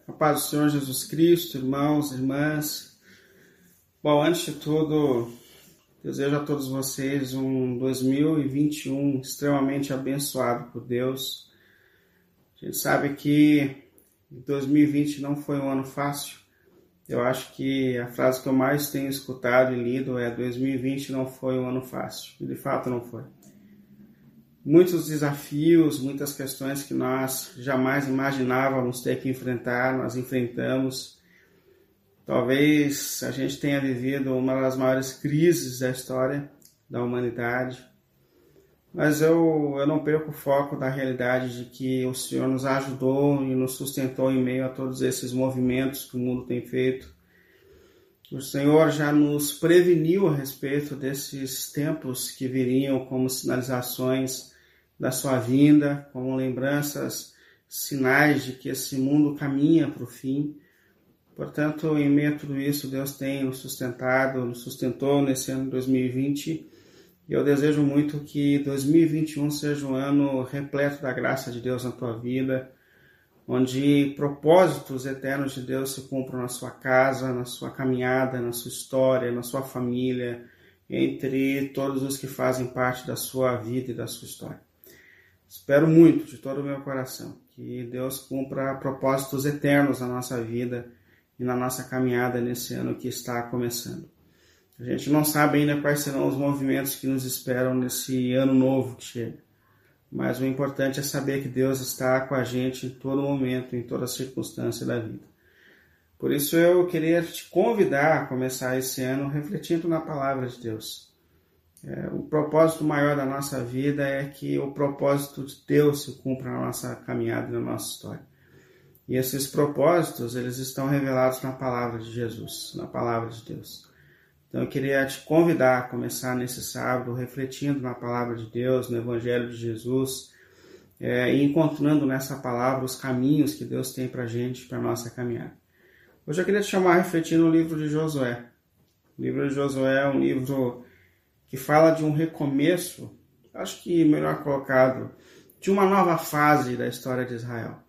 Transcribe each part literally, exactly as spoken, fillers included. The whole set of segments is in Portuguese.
A paz do Senhor Jesus Cristo, irmãos, irmãs. Bom, antes de tudo, desejo a todos vocês um dois mil e vinte e um extremamente abençoado por Deus. A gente sabe que dois mil e vinte não foi um ano fácil. Eu acho que a frase que eu mais tenho escutado e lido é dois mil e vinte não foi um ano fácil. E de fato não foi. Muitos desafios, muitas questões que nós jamais imaginávamos ter que enfrentar, nós enfrentamos. Talvez a gente tenha vivido uma das maiores crises da história da humanidade. Mas eu, eu não perco o foco da realidade de que o Senhor nos ajudou e nos sustentou em meio a todos esses movimentos que o mundo tem feito. O Senhor já nos preveniu a respeito desses tempos que viriam como sinalizações da sua vinda, como lembranças, sinais de que esse mundo caminha para o fim. Portanto, em meio a tudo isso, Deus tem nos sustentado, nos sustentou nesse ano dois mil e vinte. E eu desejo muito que dois mil e vinte e um seja um ano repleto da graça de Deus na tua vida, onde propósitos eternos de Deus se cumpram na sua casa, na sua caminhada, na sua história, na sua família, entre todos os que fazem parte da sua vida e da sua história. Espero muito, de todo o meu coração, que Deus cumpra propósitos eternos na nossa vida e na nossa caminhada nesse ano que está começando. A gente não sabe ainda quais serão os movimentos que nos esperam nesse ano novo que chega. Mas o importante é saber que Deus está com a gente em todo momento, em toda circunstância da vida. Por isso eu queria te convidar a começar esse ano refletindo na palavra de Deus. É, o propósito maior da nossa vida é que o propósito de Deus se cumpra na nossa caminhada e na nossa história. E esses propósitos, eles estão revelados na palavra de Jesus, na palavra de Deus. Então eu queria te convidar a começar nesse sábado refletindo na palavra de Deus, no Evangelho de Jesus, é, e encontrando nessa palavra os caminhos que Deus tem para a gente, para a nossa caminhada. Hoje eu queria te chamar a refletir no livro de Josué. O livro de Josué é um livro que fala de um recomeço, acho que melhor colocado, de uma nova fase da história de Israel.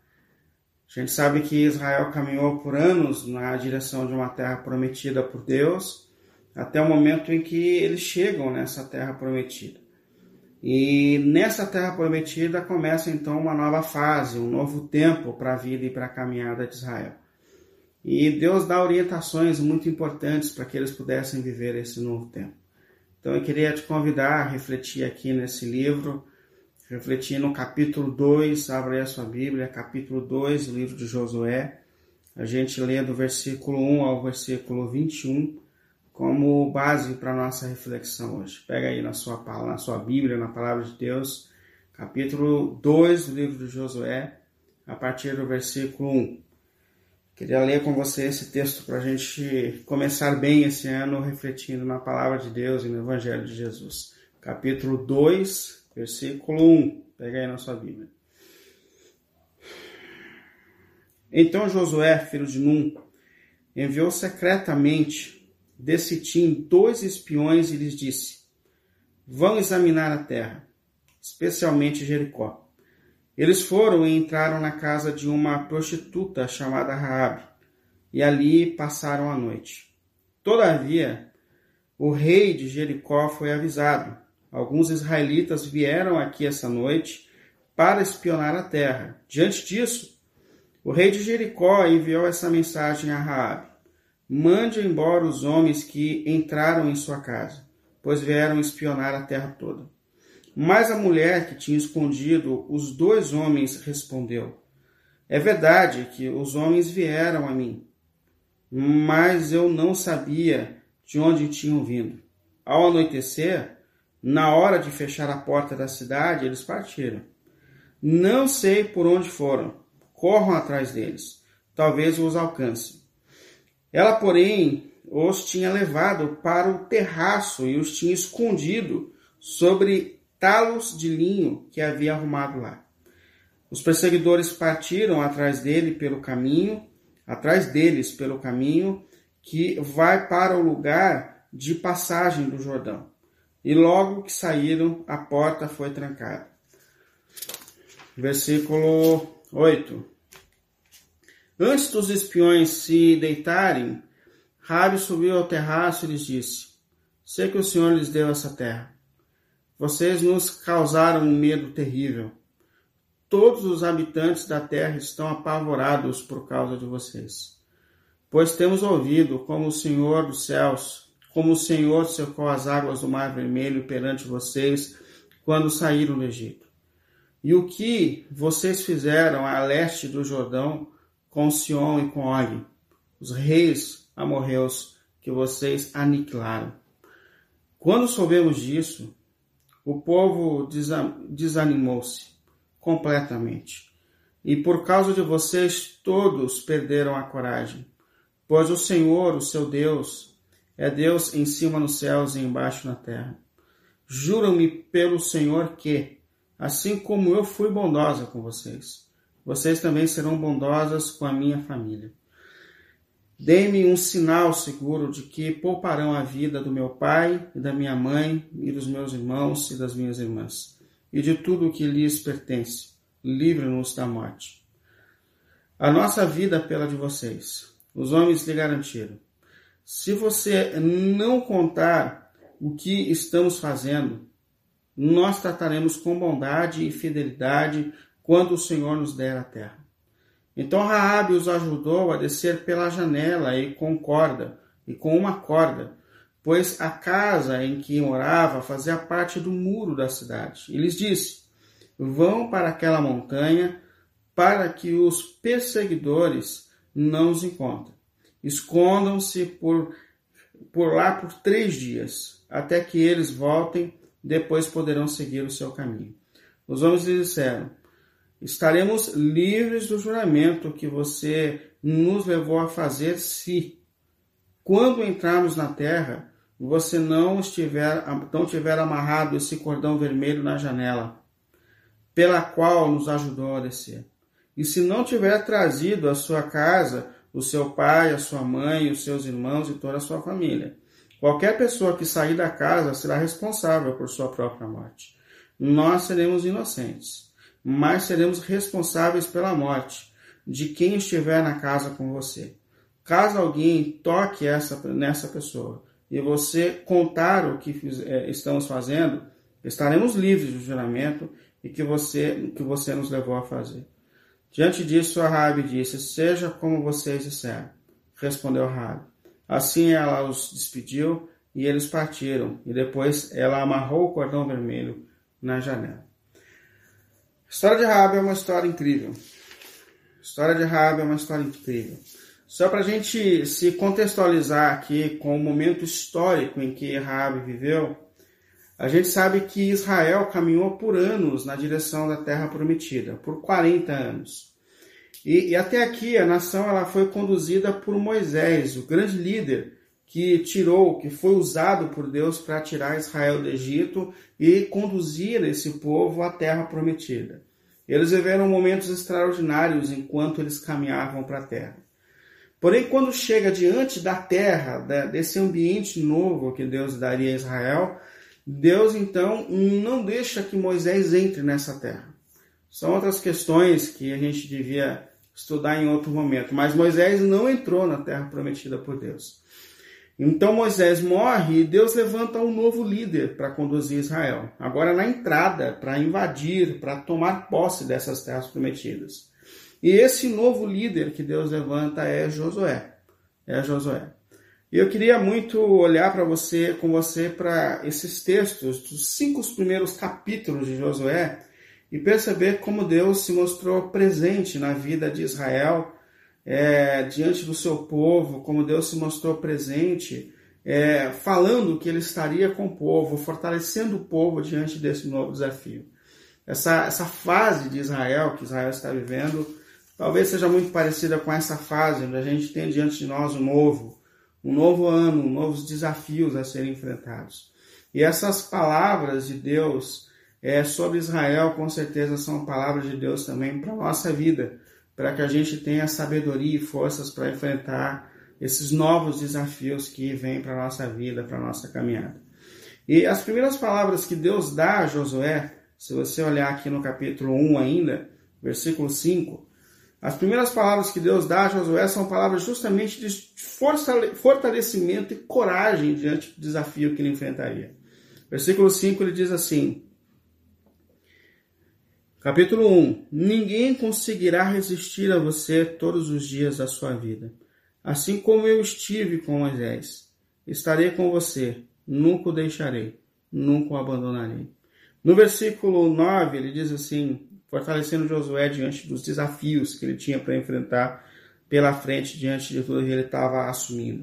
A gente sabe que Israel caminhou por anos na direção de uma terra prometida por Deus, até o momento em que eles chegam nessa terra prometida. E nessa terra prometida começa então uma nova fase, um novo tempo para a vida e para a caminhada de Israel. E Deus dá orientações muito importantes para que eles pudessem viver esse novo tempo. Então eu queria te convidar a refletir aqui nesse livro, refletir no capítulo dois, abre aí a sua Bíblia, capítulo dois do livro de Josué. A gente lê do versículo um ao versículo vinte e um como base para a nossa reflexão hoje. Pega aí na sua, na sua Bíblia, na Palavra de Deus, capítulo dois do livro de Josué, a partir do versículo um. Queria ler com você esse texto para a gente começar bem esse ano refletindo na Palavra de Deus e no Evangelho de Jesus. Capítulo dois, versículo um. Pega aí na sua Bíblia. Então Josué, filho de Num, enviou secretamente de Sitim dois espiões e lhes disse: vão examinar a terra, especialmente Jericó. Eles foram e entraram na casa de uma prostituta chamada Raabe, e ali passaram a noite. Todavia, o rei de Jericó foi avisado. Alguns israelitas vieram aqui essa noite para espionar a terra. Diante disso, o rei de Jericó enviou essa mensagem a Raabe: mande embora os homens que entraram em sua casa, pois vieram espionar a terra toda. Mas a mulher que tinha escondido os dois homens respondeu: é verdade que os homens vieram a mim, mas eu não sabia de onde tinham vindo. Ao anoitecer, na hora de fechar a porta da cidade, eles partiram. Não sei por onde foram. Corram atrás deles. Talvez os alcancem. Ela, porém, os tinha levado para o terraço e os tinha escondido sobre talos de linho que havia arrumado lá. Os perseguidores partiram atrás dele pelo caminho, atrás deles pelo caminho que vai para o lugar de passagem do Jordão. E logo que saíram, a porta foi trancada. Versículo oito. Antes dos espiões se deitarem, Raabe subiu ao terraço e lhes disse: sei que o Senhor lhes deu essa terra. Vocês nos causaram um medo terrível. Todos os habitantes da terra estão apavorados por causa de vocês. Pois temos ouvido como o Senhor dos céus, como o Senhor secou as águas do Mar Vermelho perante vocês quando saíram do Egito. E o que vocês fizeram a leste do Jordão com Sião e com Og, os reis amorreus que vocês aniquilaram. Quando soubemos disso, o povo desanimou-se completamente. E por causa de vocês, todos perderam a coragem. Pois o Senhor, o seu Deus, é Deus em cima nos céus e embaixo na terra. Juram-me pelo Senhor que, assim como eu fui bondosa com vocês, vocês também serão bondosas com a minha família. Dê-me um sinal seguro de que pouparão a vida do meu pai e da minha mãe e dos meus irmãos e das minhas irmãs, e de tudo o que lhes pertence. Livre-nos da morte. A nossa vida pela de vocês. Os homens lhe garantiram: se você não contar o que estamos fazendo, nós trataremos com bondade e fidelidade quando o Senhor nos der a terra. Então Raabe os ajudou a descer pela janela e com corda, e com uma corda, pois a casa em que morava fazia parte do muro da cidade. E lhes disse: vão para aquela montanha para que os perseguidores não os encontrem. Escondam-se por, por lá por três dias, até que eles voltem, depois poderão seguir o seu caminho. Os homens lhe disseram: estaremos livres do juramento que você nos levou a fazer se, quando entrarmos na terra, você não, estiver, não tiver amarrado esse cordão vermelho na janela, pela qual nos ajudou a descer. E se não tiver trazido à sua casa o seu pai, a sua mãe, os seus irmãos e toda a sua família. Qualquer pessoa que sair da casa será responsável por sua própria morte. Nós seremos inocentes, mas seremos responsáveis pela morte de quem estiver na casa com você. Caso alguém toque essa, nessa pessoa e você contar o que fiz, é, estamos fazendo, estaremos livres do juramento e que você, que você nos levou a fazer. Diante disso, Raabe disse: seja como vocês disseram. Respondeu Raabe. Assim ela os despediu e eles partiram, e depois ela amarrou o cordão vermelho na janela. A história de Raabe é uma história incrível. A história de Raabe é uma história incrível. Só para a gente se contextualizar aqui com o momento histórico em que Raabe viveu, a gente sabe que Israel caminhou por anos na direção da Terra Prometida, por quarenta anos. E, e até aqui a nação ela foi conduzida por Moisés, o grande líder que tirou, que foi usado por Deus para tirar Israel do Egito e conduzir esse povo à Terra Prometida. Eles viveram momentos extraordinários enquanto eles caminhavam para a Terra. Porém, quando chega diante da Terra, desse ambiente novo que Deus daria a Israel, Deus, então, não deixa que Moisés entre nessa terra. São outras questões que a gente devia estudar em outro momento. Mas Moisés não entrou na terra prometida por Deus. Então Moisés morre e Deus levanta um novo líder para conduzir Israel. Agora na entrada, para invadir, para tomar posse dessas terras prometidas. E esse novo líder que Deus levanta é Josué. É Josué. E eu queria muito olhar para você, com você para esses textos, dos cinco primeiros capítulos de Josué, e perceber como Deus se mostrou presente na vida de Israel, é, diante do seu povo, como Deus se mostrou presente, é, falando que ele estaria com o povo, fortalecendo o povo diante desse novo desafio. Essa, essa fase de Israel, que Israel está vivendo, talvez seja muito parecida com essa fase onde a gente tem diante de nós o novo, um novo ano, novos desafios a serem enfrentados. E essas palavras de Deus é, sobre Israel, com certeza, são palavras de Deus também para a nossa vida, para que a gente tenha sabedoria e forças para enfrentar esses novos desafios que vêm para a nossa vida, para a nossa caminhada. E as primeiras palavras que Deus dá a Josué, se você olhar aqui no capítulo um ainda, versículo cinco, As primeiras palavras que Deus dá a Josué são palavras justamente de fortalecimento e coragem diante do desafio que ele enfrentaria. Versículo cinco, ele diz assim, capítulo um, ninguém conseguirá resistir a você todos os dias da sua vida. Assim como eu estive com Moisés, estarei com você, nunca o deixarei, nunca o abandonarei. No versículo nove, ele diz assim, fortalecendo Josué diante dos desafios que ele tinha para enfrentar pela frente, diante de tudo que ele estava assumindo.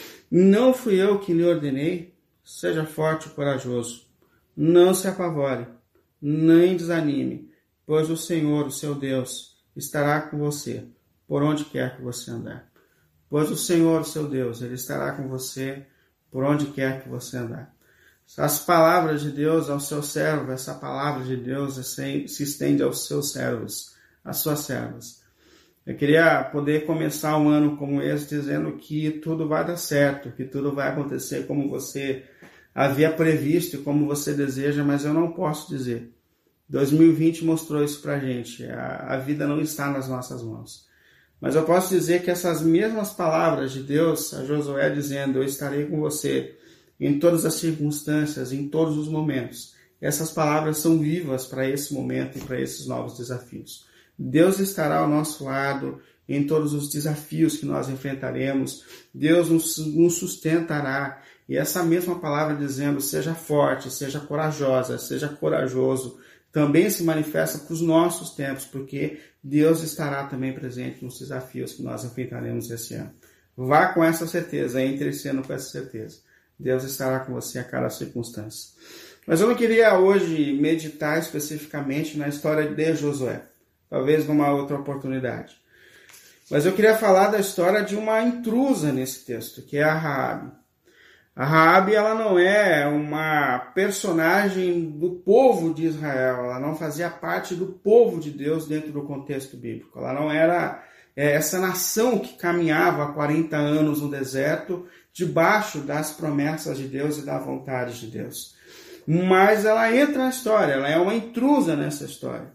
Não fui eu que lhe ordenei? Seja forte e corajoso. Não se apavore, nem desanime, pois o Senhor, o seu Deus, estará com você, por onde quer que você andar. Pois o Senhor, o seu Deus, ele estará com você, por onde quer que você andar. As palavras de Deus ao seu servo, essa palavra de Deus se estende aos seus servos, às suas servas. Eu queria poder começar um ano como esse dizendo que tudo vai dar certo, que tudo vai acontecer como você havia previsto e como você deseja, mas eu não posso dizer. dois mil e vinte mostrou isso pra gente, a, a vida não está nas nossas mãos. Mas eu posso dizer que essas mesmas palavras de Deus, a Josué dizendo, eu estarei com você, em todas as circunstâncias, em todos os momentos. Essas palavras são vivas para esse momento e para esses novos desafios. Deus estará ao nosso lado em todos os desafios que nós enfrentaremos. Deus nos, nos sustentará. E essa mesma palavra dizendo, seja forte, seja corajosa, seja corajoso, também se manifesta para os nossos tempos, porque Deus estará também presente nos desafios que nós enfrentaremos esse ano. Vá com essa certeza, entre esse ano com essa certeza. Deus estará com você a cada circunstância. Mas eu não queria hoje meditar especificamente na história de Josué. Talvez numa outra oportunidade. Mas eu queria falar da história de uma intrusa nesse texto, que é a Raabe. A Raabe, ela não é uma personagem do povo de Israel. Ela não fazia parte do povo de Deus dentro do contexto bíblico. Ela não era é, essa nação que caminhava há quarenta anos no deserto debaixo das promessas de Deus e da vontade de Deus. Mas ela entra na história, ela é uma intrusa nessa história.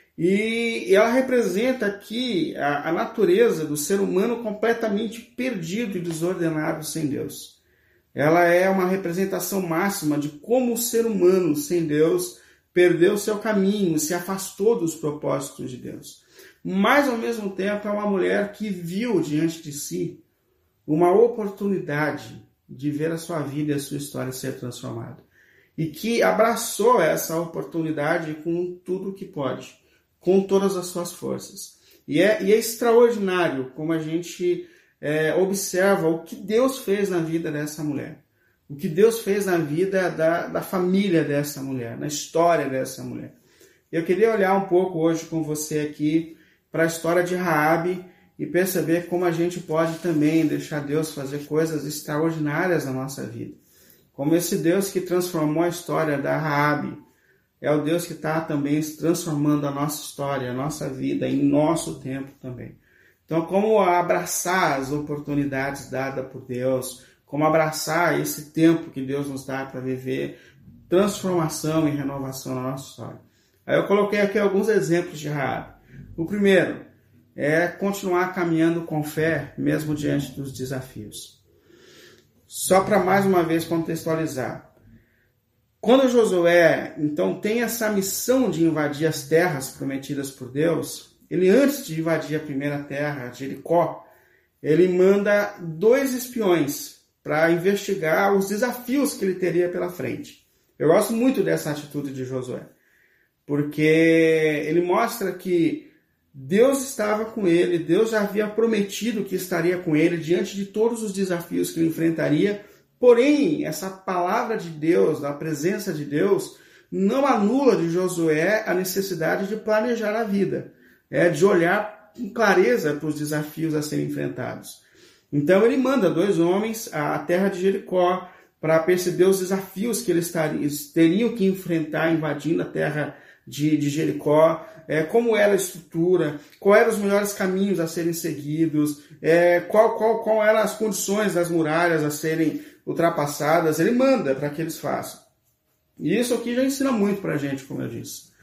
E ela representa aqui a, a natureza do ser humano completamente perdido e desordenado sem Deus. Ela é uma representação máxima de como o ser humano sem Deus perdeu seu caminho, se afastou dos propósitos de Deus. Mas, ao mesmo tempo, é uma mulher que viu diante de si uma oportunidade de ver a sua vida e a sua história ser transformada. E que abraçou essa oportunidade com tudo que pode, com todas as suas forças. E é, e é extraordinário como a gente é, observa o que Deus fez na vida dessa mulher. O que Deus fez na vida da, da família dessa mulher, na história dessa mulher. Eu queria olhar um pouco hoje com você aqui para a história de Raabe, e perceber como a gente pode também deixar Deus fazer coisas extraordinárias na nossa vida. Como esse Deus que transformou a história da Raabe é o Deus que está também transformando a nossa história, a nossa vida, em nosso tempo também. Então, como abraçar as oportunidades dadas por Deus, como abraçar esse tempo que Deus nos dá para viver transformação e renovação na nossa história. Aí eu coloquei aqui alguns exemplos de Raabe. O primeiro é continuar caminhando com fé, mesmo diante dos desafios. Só para mais uma vez contextualizar. Quando Josué, então, tem essa missão de invadir as terras prometidas por Deus, ele, antes de invadir a primeira terra, Jericó, ele manda dois espiões para investigar os desafios que ele teria pela frente. Eu gosto muito dessa atitude de Josué, porque ele mostra que Deus estava com ele, Deus já havia prometido que estaria com ele diante de todos os desafios que ele enfrentaria. Porém, essa palavra de Deus, a presença de Deus, não anula de Josué a necessidade de planejar a vida, é, de olhar com clareza para os desafios a serem enfrentados. Então ele manda dois homens à terra de Jericó para perceber os desafios que eles teriam que enfrentar invadindo a terra de, de Jericó, é, como era a estrutura, quais eram os melhores caminhos a serem seguidos, é, qual, qual, qual eram as condições das muralhas a serem ultrapassadas. Ele manda para que eles façam. E isso aqui já ensina muito para a gente, como eu disse.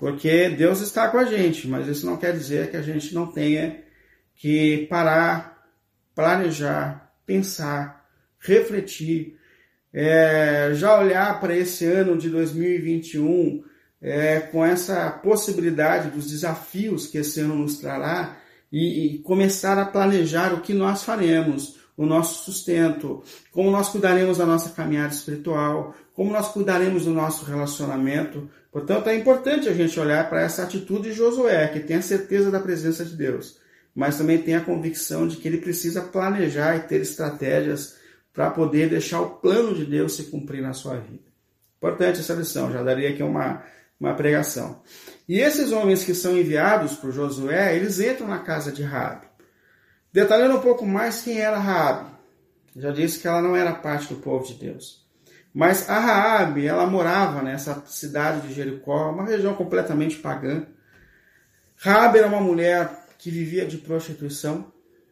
Porque Deus está com a gente, mas isso não quer dizer que a gente não tenha que parar, planejar, pensar, refletir, é, já olhar para esse ano de dois mil e vinte e um é, com essa possibilidade dos desafios que esse ano nos trará e, e começar a planejar o que nós faremos, o nosso sustento, como nós cuidaremos da nossa caminhada espiritual, como nós cuidaremos do nosso relacionamento. Portanto, é importante a gente olhar para essa atitude de Josué, que tem a certeza da presença de Deus, mas também tem a convicção de que ele precisa planejar e ter estratégias para poder deixar o plano de Deus se cumprir na sua vida. Importante essa lição, já daria aqui uma, uma pregação. E esses homens que são enviados por Josué, eles entram na casa de Raabe. Detalhando um pouco mais quem era Raabe. Já disse que ela não era parte do povo de Deus. Mas a Raabe, ela morava nessa cidade de Jericó, uma região completamente pagã. Raabe era uma mulher que vivia de prostituição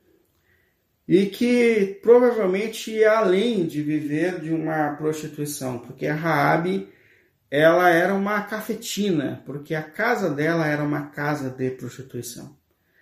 e que provavelmente ia além de viver de uma prostituição, porque a Raabe, ela era uma cafetina, porque a casa dela era uma casa de prostituição.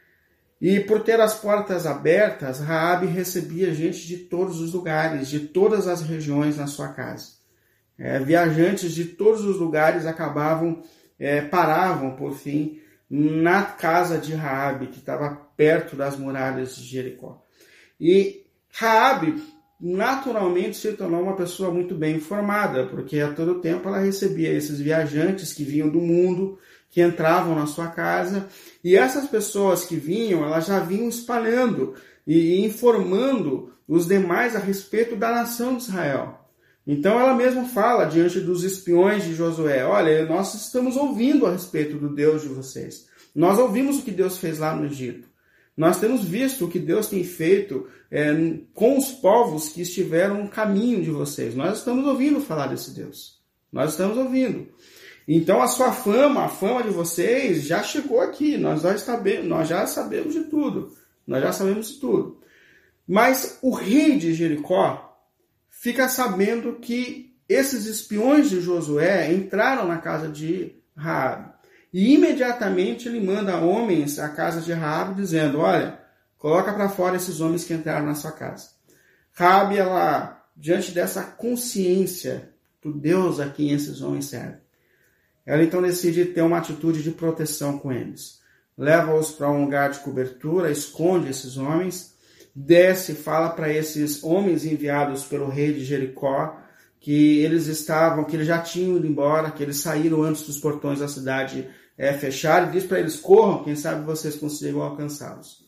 E por ter as portas abertas, Raabe recebia gente de todos os lugares, de todas as regiões na sua casa. É, viajantes de todos os lugares acabavam, é, paravam, por fim, na casa de Raabe, que estava perto das muralhas de Jericó. E Raabe, naturalmente, se tornou uma pessoa muito bem informada, porque a todo tempo ela recebia esses viajantes que vinham do mundo, que entravam na sua casa, e essas pessoas que vinham, elas já vinham espalhando e informando os demais a respeito da nação de Israel. Então ela mesma fala diante dos espiões de Josué, olha, nós estamos ouvindo a respeito do Deus de vocês. Nós ouvimos o que Deus fez lá no Egito. Nós temos visto o que Deus tem feito é, com os povos que estiveram no caminho de vocês. Nós estamos ouvindo falar desse Deus. Nós estamos ouvindo. Então a sua fama, a fama de vocês já chegou aqui. Nós já sabemos, nós já sabemos de tudo. Nós já sabemos de tudo. Mas o rei de Jericó fica sabendo que esses espiões de Josué entraram na casa de Raabe. E imediatamente ele manda homens à casa de Raabe dizendo, olha, coloca para fora esses homens que entraram na sua casa. Raabe, ela, diante dessa consciência do Deus a quem esses homens servem, ela então decide ter uma atitude de proteção com eles. Leva-os para um lugar de cobertura, esconde esses homens, desce e fala para esses homens enviados pelo rei de Jericó que eles estavam, que eles já tinham ido embora, que eles saíram antes dos portões da cidade é, fechar, e diz para eles, corram, quem sabe vocês consigam alcançá-los.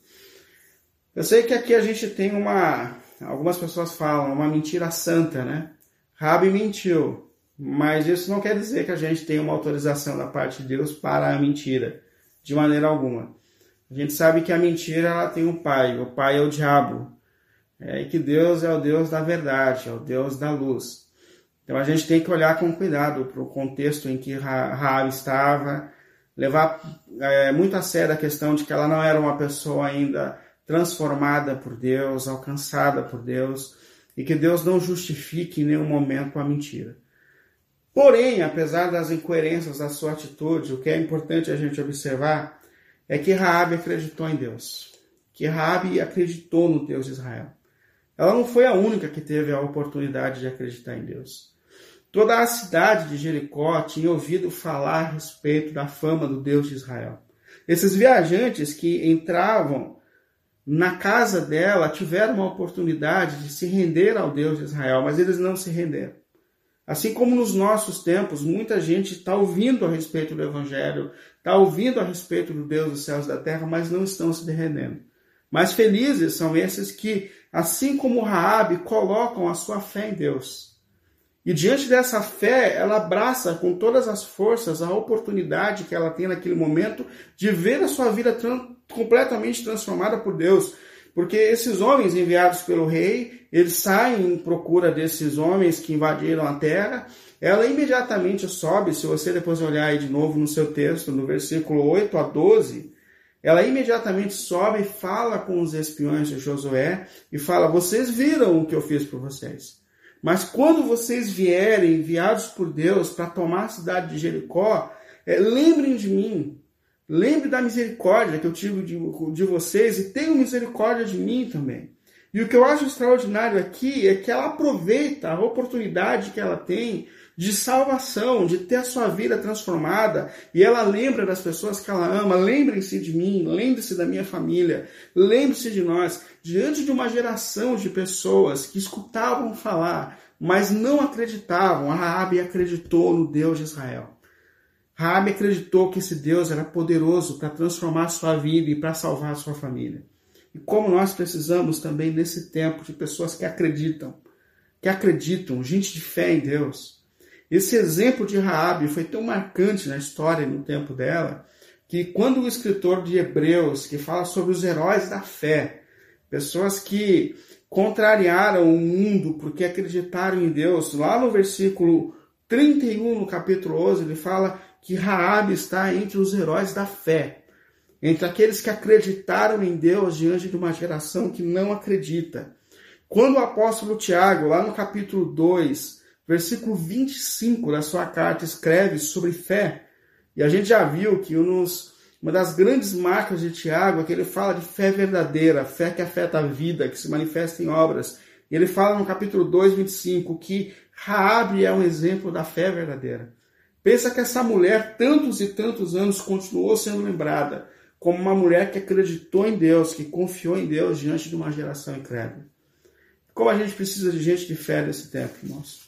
Eu sei que aqui a gente tem uma, algumas pessoas falam, uma mentira santa, né? Raabe mentiu, mas isso não quer dizer que a gente tenha uma autorização da parte de Deus para a mentira, de maneira alguma. A gente sabe que a mentira ela tem um pai, o pai é o diabo, é, e que Deus é o Deus da verdade, é o Deus da luz. Então a gente tem que olhar com cuidado para o contexto em que Raabe estava, levar é, muito a sério a questão de que ela não era uma pessoa ainda transformada por Deus, alcançada por Deus, e que Deus não justifique em nenhum momento a mentira. Porém, apesar das incoerências da sua atitude, o que é importante a gente observar é que Raabe acreditou em Deus, que Raabe acreditou no Deus de Israel. Ela não foi a única que teve a oportunidade de acreditar em Deus. Toda a cidade de Jericó tinha ouvido falar a respeito da fama do Deus de Israel. Esses viajantes que entravam na casa dela tiveram uma oportunidade de se render ao Deus de Israel, mas eles não se renderam. Assim como nos nossos tempos, muita gente está ouvindo a respeito do Evangelho, está ouvindo a respeito do Deus dos céus e da terra, mas não estão se rendendo. Mas felizes são esses que, assim como Raabe, colocam a sua fé em Deus. E diante dessa fé, ela abraça com todas as forças a oportunidade que ela tem naquele momento de ver a sua vida tran- completamente transformada por Deus. Porque esses homens enviados pelo rei, eles saem em procura desses homens que invadiram a terra. Ela imediatamente sobe, se você depois olhar aí de novo no seu texto, no versículo oito a doze, ela imediatamente sobe e fala com os espiões de Josué e fala, vocês viram o que eu fiz por vocês. Mas quando vocês vierem enviados por Deus para tomar a cidade de Jericó, é, lembrem de mim, lembre da misericórdia que eu tive de, de vocês e tenham misericórdia de mim também. E o que eu acho extraordinário aqui é que ela aproveita a oportunidade que ela tem de salvação, de ter a sua vida transformada, e ela lembra das pessoas que ela ama. Lembrem-se de mim, lembre-se da minha família, lembre-se de nós, diante de uma geração de pessoas que escutavam falar, mas não acreditavam. A Raabe acreditou no Deus de Israel. Raabe acreditou que esse Deus era poderoso para transformar a sua vida e para salvar a sua família. E como nós precisamos também nesse tempo de pessoas que acreditam, que acreditam, gente de fé em Deus. Esse exemplo de Raabe foi tão marcante na história, no tempo dela, que quando o escritor de Hebreus, que fala sobre os heróis da fé, pessoas que contrariaram o mundo porque acreditaram em Deus, lá no versículo trinta e um, no capítulo onze, ele fala que Raabe está entre os heróis da fé, entre aqueles que acreditaram em Deus diante de uma geração que não acredita. Quando o apóstolo Tiago, lá no capítulo dois, versículo vinte e cinco da sua carta, escreve sobre fé, e a gente já viu que nos, uma das grandes marcas de Tiago é que ele fala de fé verdadeira, fé que afeta a vida, que se manifesta em obras. E ele fala no capítulo dois, vinte e cinco, que Raabe é um exemplo da fé verdadeira. Pensa que essa mulher, tantos e tantos anos, continuou sendo lembrada como uma mulher que acreditou em Deus, que confiou em Deus diante de uma geração incrédula. Como a gente precisa de gente de fé nesse tempo, irmãos.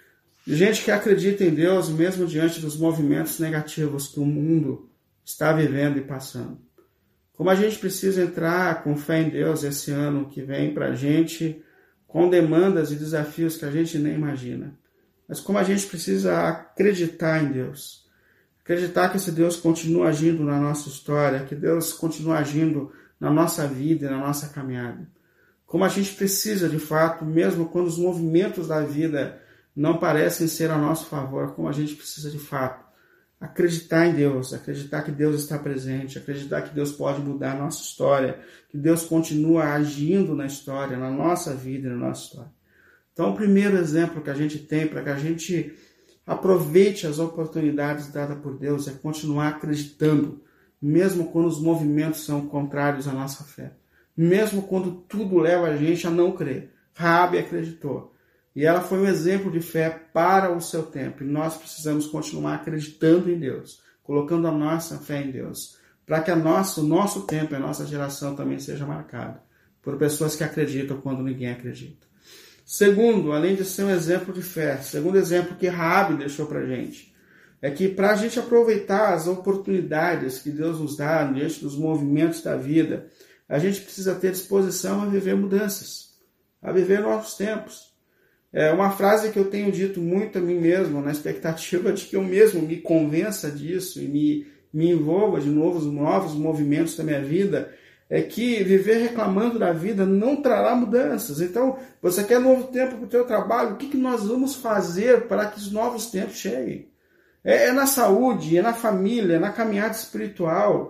De gente que acredita em Deus, mesmo diante dos movimentos negativos que o mundo está vivendo e passando. Como a gente precisa entrar com fé em Deus esse ano que vem para a gente, com demandas e desafios que a gente nem imagina. Mas como a gente precisa acreditar em Deus. Acreditar que esse Deus continua agindo na nossa história, que Deus continua agindo na nossa vida e na nossa caminhada. Como a gente precisa, de fato, mesmo quando os movimentos da vida não parecem ser a nosso favor, como a gente precisa, de fato, acreditar em Deus, acreditar que Deus está presente, acreditar que Deus pode mudar a nossa história, que Deus continua agindo na história, na nossa vida e na nossa história. Então, o primeiro exemplo que a gente tem para que a gente aproveite as oportunidades dadas por Deus é continuar acreditando, mesmo quando os movimentos são contrários à nossa fé. Mesmo quando tudo leva a gente a não crer. Raabe acreditou. E ela foi um exemplo de fé para o seu tempo. E nós precisamos continuar acreditando em Deus, colocando a nossa fé em Deus, para que a nossa, o nosso tempo e a nossa geração também seja marcada por pessoas que acreditam quando ninguém acredita. Segundo, além de ser um exemplo de fé, segundo exemplo que Raabe deixou para a gente, é que para a gente aproveitar as oportunidades que Deus nos dá diante dos movimentos da vida, a gente precisa ter disposição a viver mudanças, a viver novos tempos. É uma frase que eu tenho dito muito a mim mesmo, na expectativa de que eu mesmo me convença disso e me, me envolva de novos, novos movimentos da minha vida, é que viver reclamando da vida não trará mudanças. Então, você quer novo tempo para o teu trabalho? O que, que nós vamos fazer para que os novos tempos cheguem? É, é na saúde, é na família, é na caminhada espiritual.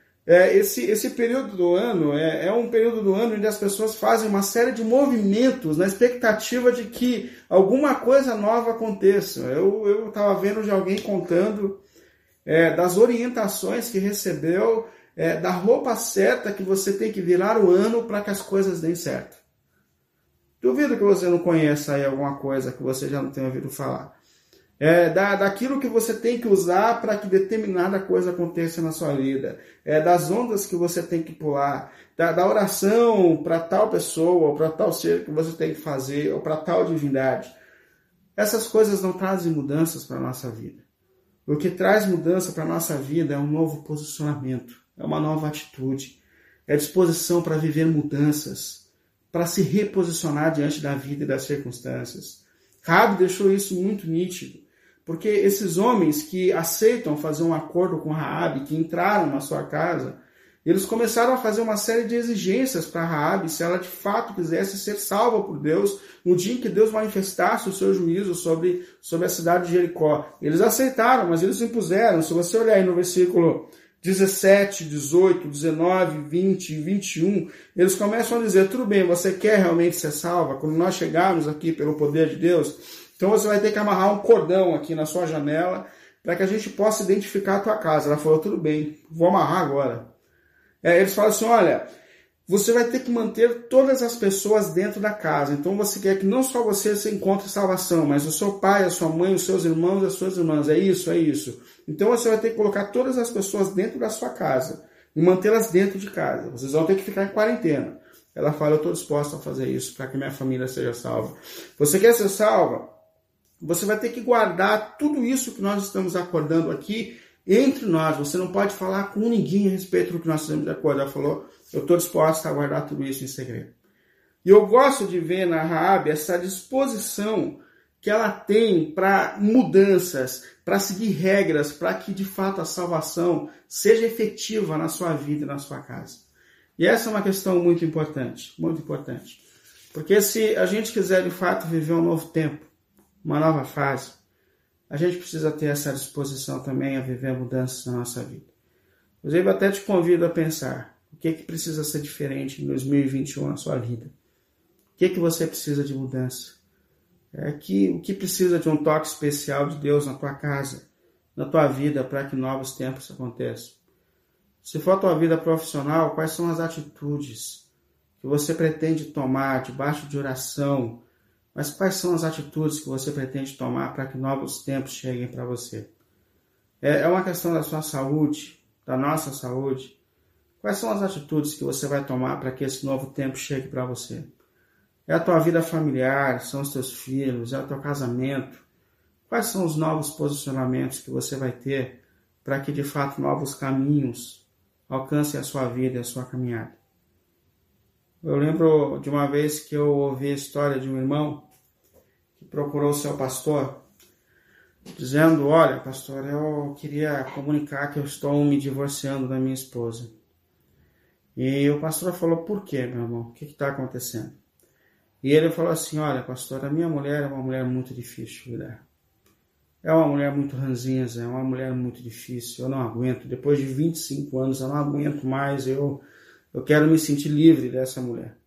É, esse, esse período do ano é, é um período do ano onde as pessoas fazem uma série de movimentos na expectativa de que alguma coisa nova aconteça. Eu estava vendo de alguém contando é, das orientações que recebeu, é, da roupa certa que você tem que virar o ano para que as coisas deem certo. Duvido que você não conheça aí alguma coisa que você já não tenha ouvido falar. É, da, daquilo que você tem que usar para que determinada coisa aconteça na sua vida, é, das ondas que você tem que pular, da, da oração para tal pessoa, ou para tal ser que você tem que fazer, ou para tal divindade. Essas coisas não trazem mudanças para a nossa vida. O que traz mudança para a nossa vida é um novo posicionamento, é uma nova atitude, é disposição para viver mudanças, para se reposicionar diante da vida e das circunstâncias. Raabe deixou isso muito nítido. Porque esses homens que aceitam fazer um acordo com Raabe, que entraram na sua casa, eles começaram a fazer uma série de exigências para Raabe, se ela de fato quisesse ser salva por Deus, no dia em que Deus manifestasse o seu juízo sobre, sobre a cidade de Jericó. Eles aceitaram, mas eles impuseram. Se você olhar aí no versículo dezessete, dezoito, dezenove, vinte e vinte e um, eles começam a dizer, tudo bem, você quer realmente ser salva? Quando nós chegarmos aqui pelo poder de Deus, então você vai ter que amarrar um cordão aqui na sua janela, para que a gente possa identificar a tua casa. Ela falou, tudo bem, vou amarrar agora. É, eles falam assim, olha, você vai ter que manter todas as pessoas dentro da casa. Então você quer que não só você se encontre salvação, mas o seu pai, a sua mãe, os seus irmãos, as suas irmãs. É isso, é isso. Então você vai ter que colocar todas as pessoas dentro da sua casa e mantê-las dentro de casa. Vocês vão ter que ficar em quarentena. Ela fala, eu estou disposta a fazer isso para que minha família seja salva. Você quer ser salva? Você vai ter que guardar tudo isso que nós estamos acordando aqui entre nós. Você não pode falar com ninguém a respeito do que nós estamos de acordo. Ela falou, eu estou disposta a guardar tudo isso em segredo. E eu gosto de ver na Raabe essa disposição que ela tem para mudanças, para seguir regras, para que de fato a salvação seja efetiva na sua vida e na sua casa. E essa é uma questão muito importante, muito importante. Porque se a gente quiser de fato viver um novo tempo, uma nova fase, a gente precisa ter essa disposição também a viver mudanças na nossa vida. Inclusive, eu até te convido a pensar, o que, que precisa ser diferente em dois mil e vinte e um na sua vida? O que, que você precisa de mudança? É que, o que precisa de um toque especial de Deus na tua casa, na tua vida, para que novos tempos aconteçam? Se for a tua vida profissional, quais são as atitudes que você pretende tomar debaixo de oração? Mas quais são as atitudes que você pretende tomar para que novos tempos cheguem para você? É uma questão da sua saúde, da nossa saúde. Quais são as atitudes que você vai tomar para que esse novo tempo chegue para você? É a tua vida familiar, são os teus filhos, é o teu casamento. Quais são os novos posicionamentos que você vai ter para que de fato novos caminhos alcancem a sua vida e a sua caminhada? Eu lembro de uma vez que eu ouvi a história de um irmão que procurou o seu pastor, dizendo, olha, pastor, eu queria comunicar que eu estou me divorciando da minha esposa. E o pastor falou, por quê, meu irmão? O que está acontecendo? E ele falou assim, olha, pastor, a minha mulher é uma mulher muito difícil de lidar. É uma mulher muito ranzinza, é uma mulher muito difícil, eu não aguento. Depois de vinte e cinco anos, eu não aguento mais, eu, eu quero me sentir livre dessa mulher.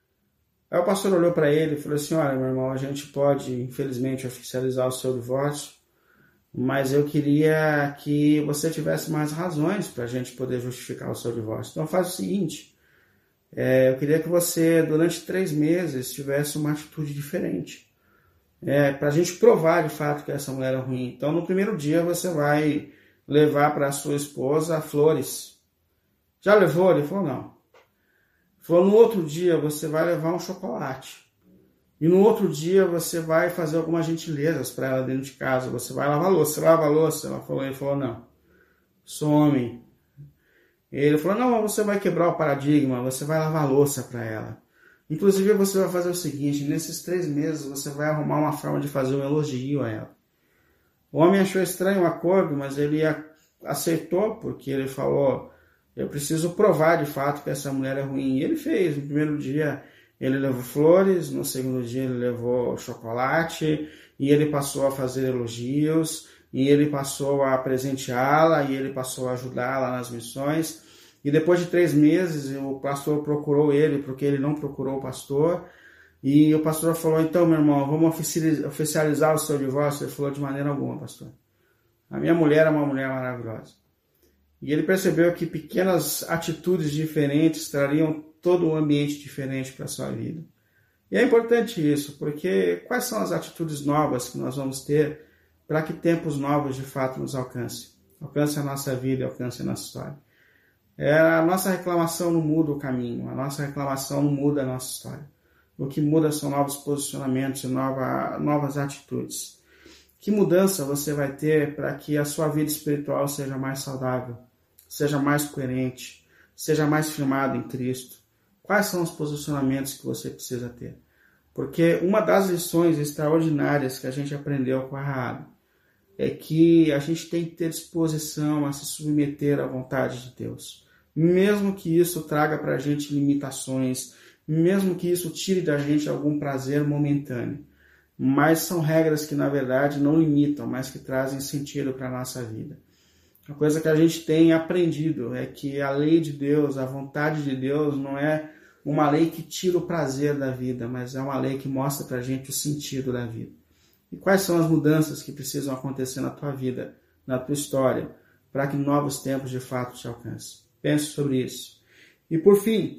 Aí o pastor olhou para ele e falou assim, olha, meu irmão, a gente pode, infelizmente, oficializar o seu divórcio, mas eu queria que você tivesse mais razões para a gente poder justificar o seu divórcio. Então faz o seguinte, é, eu queria que você, durante três meses, tivesse uma atitude diferente. É, para a gente provar de fato que essa mulher é ruim. Então, no primeiro dia, você vai levar para a sua esposa flores. Já levou? Ele falou, não. Ele falou, no outro dia, você vai levar um chocolate. E no outro dia, você vai fazer algumas gentilezas para ela dentro de casa. Você vai lavar a louça. Você lava a louça? Ela falou, ele falou, não. Sou homem. Ele falou, não, você vai quebrar o paradigma. Você vai lavar a louça para ela. Inclusive, você vai fazer o seguinte, nesses três meses você vai arrumar uma forma de fazer um elogio a ela. O homem achou estranho o acordo, mas ele aceitou, porque ele falou, eu preciso provar de fato que essa mulher é ruim. E ele fez, no primeiro dia ele levou flores, no segundo dia ele levou chocolate, e ele passou a fazer elogios, e ele passou a presenteá-la, e ele passou a ajudá-la nas missões. E depois de três meses, o pastor procurou ele, porque ele não procurou o pastor. E o pastor falou, então, meu irmão, vamos oficializar o seu divórcio? Ele falou, de maneira alguma, pastor. A minha mulher é uma mulher maravilhosa. E ele percebeu que pequenas atitudes diferentes trariam todo um ambiente diferente para a sua vida. E é importante isso, porque quais são as atitudes novas que nós vamos ter para que tempos novos de fato nos alcancem? Alcance a nossa vida e alcance a nossa história. É, a nossa reclamação não muda o caminho, a nossa reclamação não muda a nossa história. O que muda são novos posicionamentos e nova, novas atitudes. Que mudança você vai ter para que a sua vida espiritual seja mais saudável, seja mais coerente, seja mais firmada em Cristo? Quais são os posicionamentos que você precisa ter? Porque uma das lições extraordinárias que a gente aprendeu com a Raabe é que a gente tem que ter disposição a se submeter à vontade de Deus. Mesmo que isso traga para a gente limitações, mesmo que isso tire da gente algum prazer momentâneo. Mas são regras que, na verdade, não limitam, mas que trazem sentido para a nossa vida. A coisa que a gente tem aprendido é que a lei de Deus, a vontade de Deus, não é uma lei que tira o prazer da vida, mas é uma lei que mostra para a gente o sentido da vida. E quais são as mudanças que precisam acontecer na tua vida na tua história, para que novos tempos de fato te alcancem. Pense sobre isso. E por fim,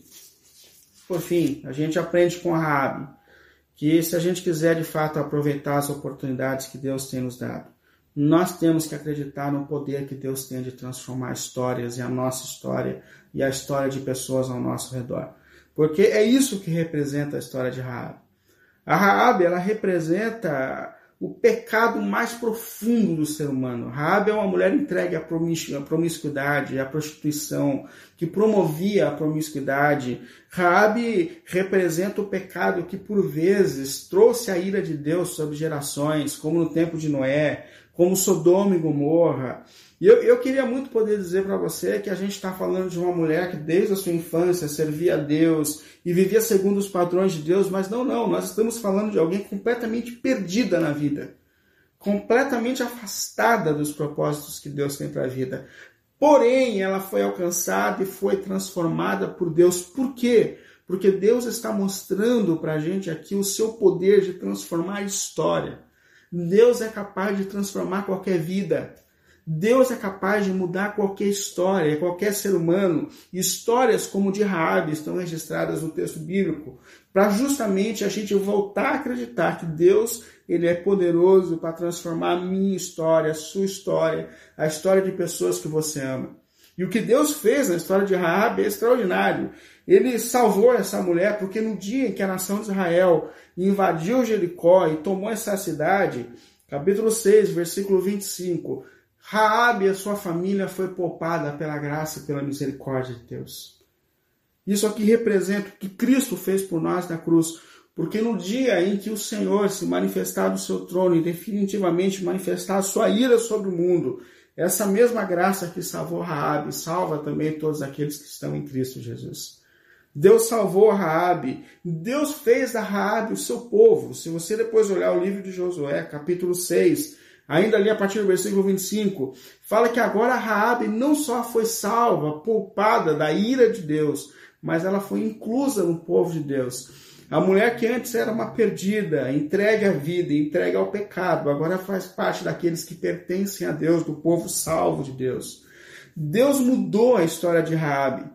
por fim, a gente aprende com a Raabe que se a gente quiser de fato aproveitar as oportunidades que Deus tem nos dado, nós temos que acreditar no poder que Deus tem de transformar histórias e a nossa história e a história de pessoas ao nosso redor. Porque é isso que representa a história de Raabe. A Raabe, ela representa o pecado mais profundo do ser humano. Raabe é uma mulher entregue à promiscuidade, à prostituição, que promovia a promiscuidade. Raabe representa o pecado que, por vezes, trouxe a ira de Deus sobre gerações, como no tempo de Noé, como Sodoma e Gomorra. E eu, eu queria muito poder dizer para você que a gente está falando de uma mulher que desde a sua infância servia a Deus e vivia segundo os padrões de Deus, mas não, não, nós estamos falando de alguém completamente perdida na vida, completamente afastada dos propósitos que Deus tem para a vida. Porém, ela foi alcançada e foi transformada por Deus. Por quê? Porque Deus está mostrando para a gente aqui o seu poder de transformar a história. Deus é capaz de transformar qualquer vida. Deus é capaz de mudar qualquer história, qualquer ser humano. Histórias como de Raabe estão registradas no texto bíblico para justamente a gente voltar a acreditar que Deus ele é poderoso para transformar a minha história, a sua história, a história de pessoas que você ama. E o que Deus fez na história de Raabe é extraordinário. Ele salvou essa mulher porque no dia em que a nação de Israel invadiu Jericó e tomou essa cidade, capítulo seis, versículo vinte e cinco, Raabe e a sua família foi poupada pela graça e pela misericórdia de Deus. Isso aqui representa o que Cristo fez por nós na cruz, porque no dia em que o Senhor se manifestar do seu trono e definitivamente manifestar a sua ira sobre o mundo, essa mesma graça que salvou Raabe salva também todos aqueles que estão em Cristo Jesus. Deus salvou a Raabe, Deus fez da Raabe o seu povo. Se você depois olhar o livro de Josué, capítulo seis, ainda ali a partir do versículo vinte e cinco, fala que agora Raabe não só foi salva, poupada da ira de Deus, mas ela foi inclusa no povo de Deus. A mulher que antes era uma perdida, entregue à vida, entregue ao pecado, agora faz parte daqueles que pertencem a Deus, do povo salvo de Deus. Deus mudou a história de Raabe.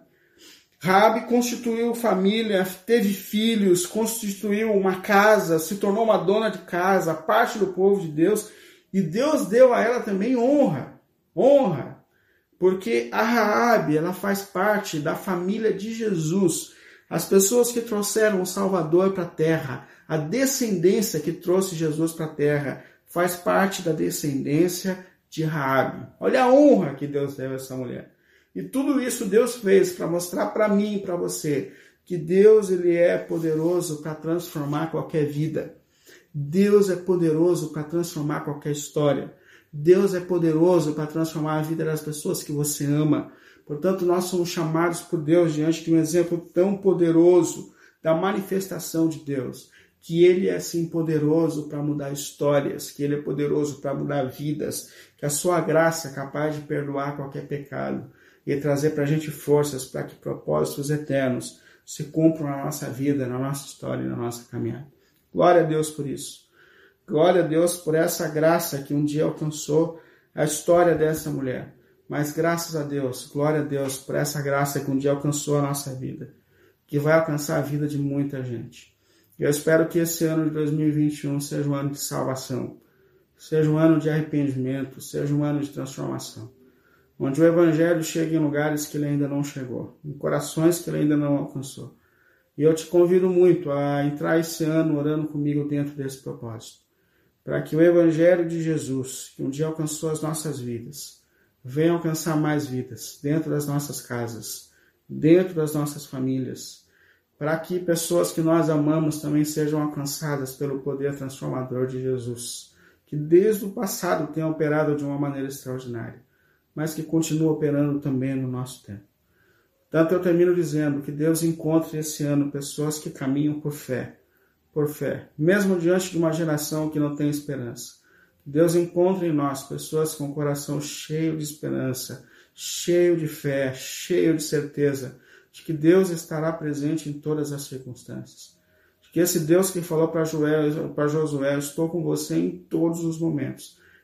Raabe constituiu família, teve filhos, constituiu uma casa, se tornou uma dona de casa, parte do povo de Deus, e Deus deu a ela também honra, honra, porque a Raabe, ela faz parte da família de Jesus, as pessoas que trouxeram o Salvador para a terra, a descendência que trouxe Jesus para a terra, faz parte da descendência de Raabe. Olha a honra que Deus deu a essa mulher. E tudo isso Deus fez para mostrar para mim e para você que Deus ele é poderoso para transformar qualquer vida. Deus é poderoso para transformar qualquer história. Deus é poderoso para transformar a vida das pessoas que você ama. Portanto, nós somos chamados por Deus diante de um exemplo tão poderoso da manifestação de Deus, que Ele é, sim, poderoso para mudar histórias, que Ele é poderoso para mudar vidas, que a sua graça é capaz de perdoar qualquer pecado e trazer para a gente forças para que propósitos eternos se cumpram na nossa vida, na nossa história e na nossa caminhada. Glória a Deus por isso. Glória a Deus por essa graça que um dia alcançou a história dessa mulher. Mas graças a Deus, glória a Deus por essa graça que um dia alcançou a nossa vida, que vai alcançar a vida de muita gente. Eu espero que esse ano de dois mil e vinte e um seja um ano de salvação, seja um ano de arrependimento, seja um ano de transformação, onde o Evangelho chegue em lugares que ele ainda não chegou, em corações que ele ainda não alcançou. E eu te convido muito a entrar esse ano orando comigo dentro desse propósito, para que o Evangelho de Jesus, que um dia alcançou as nossas vidas, venha alcançar mais vidas dentro das nossas casas, dentro das nossas famílias, para que pessoas que nós amamos também sejam alcançadas pelo poder transformador de Jesus, que desde o passado tem operado de uma maneira extraordinária, mas que continua operando também no nosso tempo. Tanto eu termino dizendo que Deus encontre esse ano pessoas que caminham por fé, por fé, mesmo diante de uma geração que não tem esperança. Deus encontre em nós pessoas com o coração cheio de esperança, cheio de fé, cheio de certeza de que Deus estará presente em todas as circunstâncias. De que esse Deus que falou para Josué, estou com você em todos os momentos,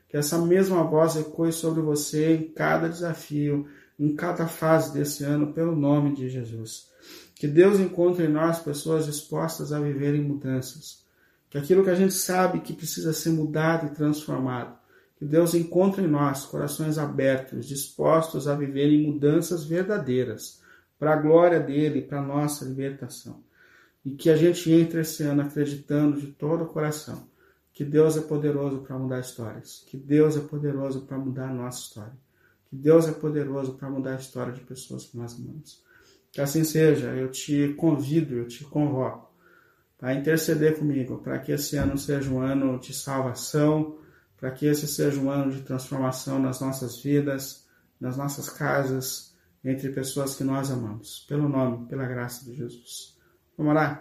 Que essa mesma voz ecoe sobre você em cada desafio, em cada fase desse ano, pelo nome de Jesus. Que Deus encontre em nós pessoas dispostas a viverem mudanças. Que aquilo que a gente sabe que precisa ser mudado e transformado, que Deus encontre em nós corações abertos, dispostos a viverem mudanças verdadeiras, para a glória dele, para a nossa libertação. E que a gente entre esse ano acreditando de todo o coração que Deus é poderoso para mudar histórias, que Deus é poderoso para mudar a nossa história, que Deus é poderoso para mudar a história de pessoas que nós amamos. Que assim seja, eu te convido, eu te convoco para interceder comigo, para que esse ano seja um ano de salvação, para que esse seja um ano de transformação nas nossas vidas, nas nossas casas, entre pessoas que nós amamos, pelo nome, pela graça de Jesus. Vamos orar?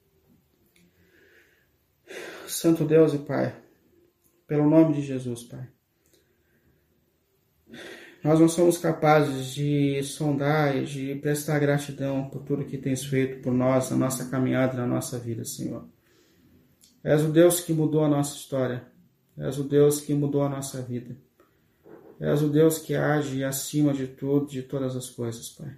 Santo Deus e Pai, pelo nome de Jesus, Pai, nós não somos capazes de sondar e de prestar gratidão por tudo que tens feito por nós, na nossa caminhada, na nossa vida, Senhor. És o Deus que mudou a nossa história, és o Deus que mudou a nossa vida, és o Deus que age acima de tudo, de todas as coisas, Pai.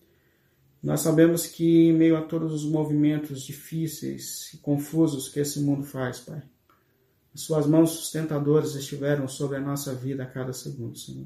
Nós sabemos que, em meio a todos os movimentos difíceis e confusos que esse mundo faz, Pai, as suas mãos sustentadoras estiveram sobre a nossa vida a cada segundo, Senhor.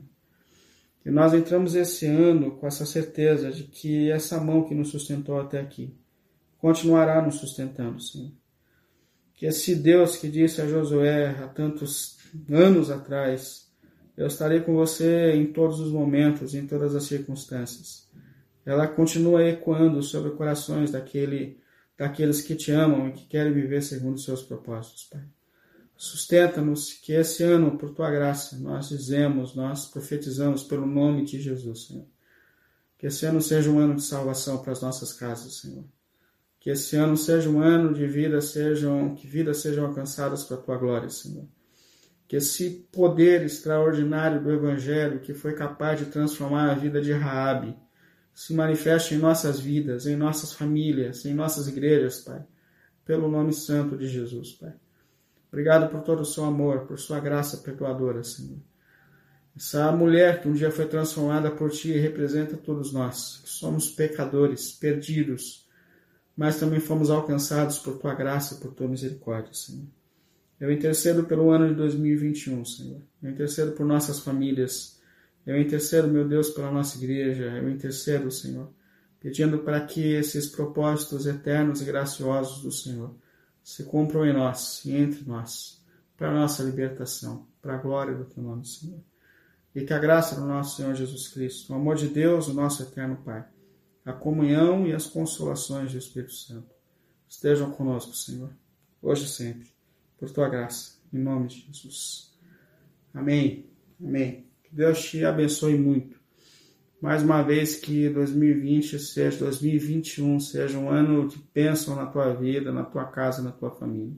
E nós entramos esse ano com essa certeza de que essa mão que nos sustentou até aqui continuará nos sustentando, Senhor. Que esse Deus que disse a Josué há tantos anos atrás, eu estarei com você em todos os momentos, em todas as circunstâncias, ela continua ecoando sobre os corações daquele, daqueles que te amam e que querem viver segundo os seus propósitos, Pai. Sustenta-nos que esse ano, por Tua graça, nós dizemos, nós profetizamos pelo nome de Jesus, Senhor. Que esse ano seja um ano de salvação para as nossas casas, Senhor. Que esse ano seja um ano de vida, sejam, que vidas sejam alcançadas para a Tua glória, Senhor. Que esse poder extraordinário do Evangelho, que foi capaz de transformar a vida de Raabe, se manifeste em nossas vidas, em nossas famílias, em nossas igrejas, Pai, pelo nome santo de Jesus, Pai. Obrigado por todo o seu amor, por sua graça perdoadora, Senhor. Essa mulher que um dia foi transformada por Ti representa todos nós, que somos pecadores, perdidos, mas também fomos alcançados por Tua graça e por Tua misericórdia, Senhor. Eu intercedo pelo ano de dois mil e vinte e um, Senhor. Eu intercedo por nossas famílias. Eu intercedo, meu Deus, pela nossa igreja. Eu intercedo, Senhor, pedindo para que esses propósitos eternos e graciosos do Senhor se cumpram em nós e entre nós, para a nossa libertação, para a glória do Teu nome, Senhor. E que a graça do nosso Senhor Jesus Cristo, o amor de Deus, o nosso eterno Pai, a comunhão e as consolações do Espírito Santo estejam conosco, Senhor, hoje e sempre, por Tua graça, em nome de Jesus. Amém. Amém. Que Deus te abençoe muito. Mais uma vez que dois mil e vinte seja, dois mil e vinte e um seja um ano de bênção na tua vida, na tua casa, na tua família.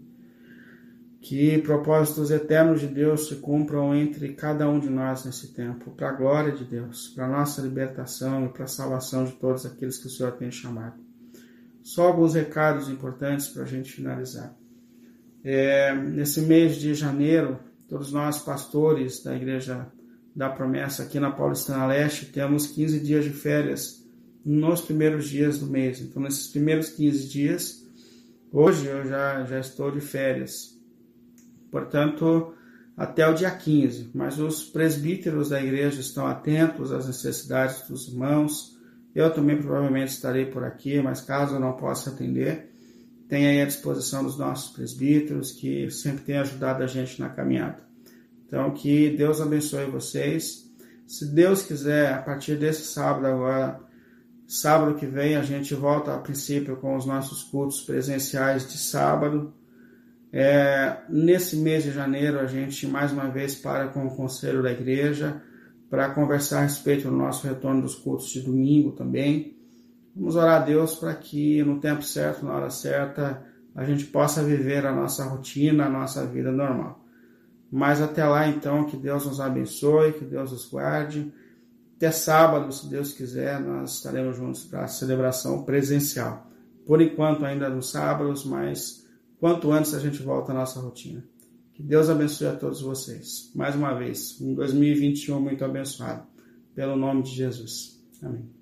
Que propósitos eternos de Deus se cumpram entre cada um de nós nesse tempo, para a glória de Deus, para a nossa libertação e para a salvação de todos aqueles que o Senhor tem chamado. Só alguns recados importantes para a gente finalizar. É, nesse mês de janeiro, todos nós pastores da Igreja da Promessa aqui na Paulistana Leste temos quinze dias de férias nos primeiros dias do mês. Então, nesses primeiros quinze dias, hoje eu já, já estou de férias. Portanto, até o dia quinze. Mas os presbíteros da igreja estão atentos às necessidades dos irmãos. Eu também provavelmente estarei por aqui, mas caso eu não possa atender, tem aí à disposição dos nossos presbíteros, que sempre têm ajudado a gente na caminhada. Então, que Deus abençoe vocês. Se Deus quiser, a partir desse sábado agora, sábado que vem, a gente volta a princípio com os nossos cultos presenciais de sábado. É, nesse mês de janeiro, a gente mais uma vez para com o conselho da igreja para conversar a respeito do nosso retorno dos cultos de domingo também. Vamos orar a Deus para que no tempo certo, na hora certa, a gente possa viver a nossa rotina, a nossa vida normal. Mas até lá, então, que Deus nos abençoe, que Deus nos guarde. Até sábado, se Deus quiser, nós estaremos juntos para a celebração presencial. Por enquanto, ainda nos sábados, mas quanto antes a gente volta à nossa rotina. Que Deus abençoe a todos vocês. Mais uma vez, um dois mil e vinte e um muito abençoado. Pelo nome de Jesus. Amém.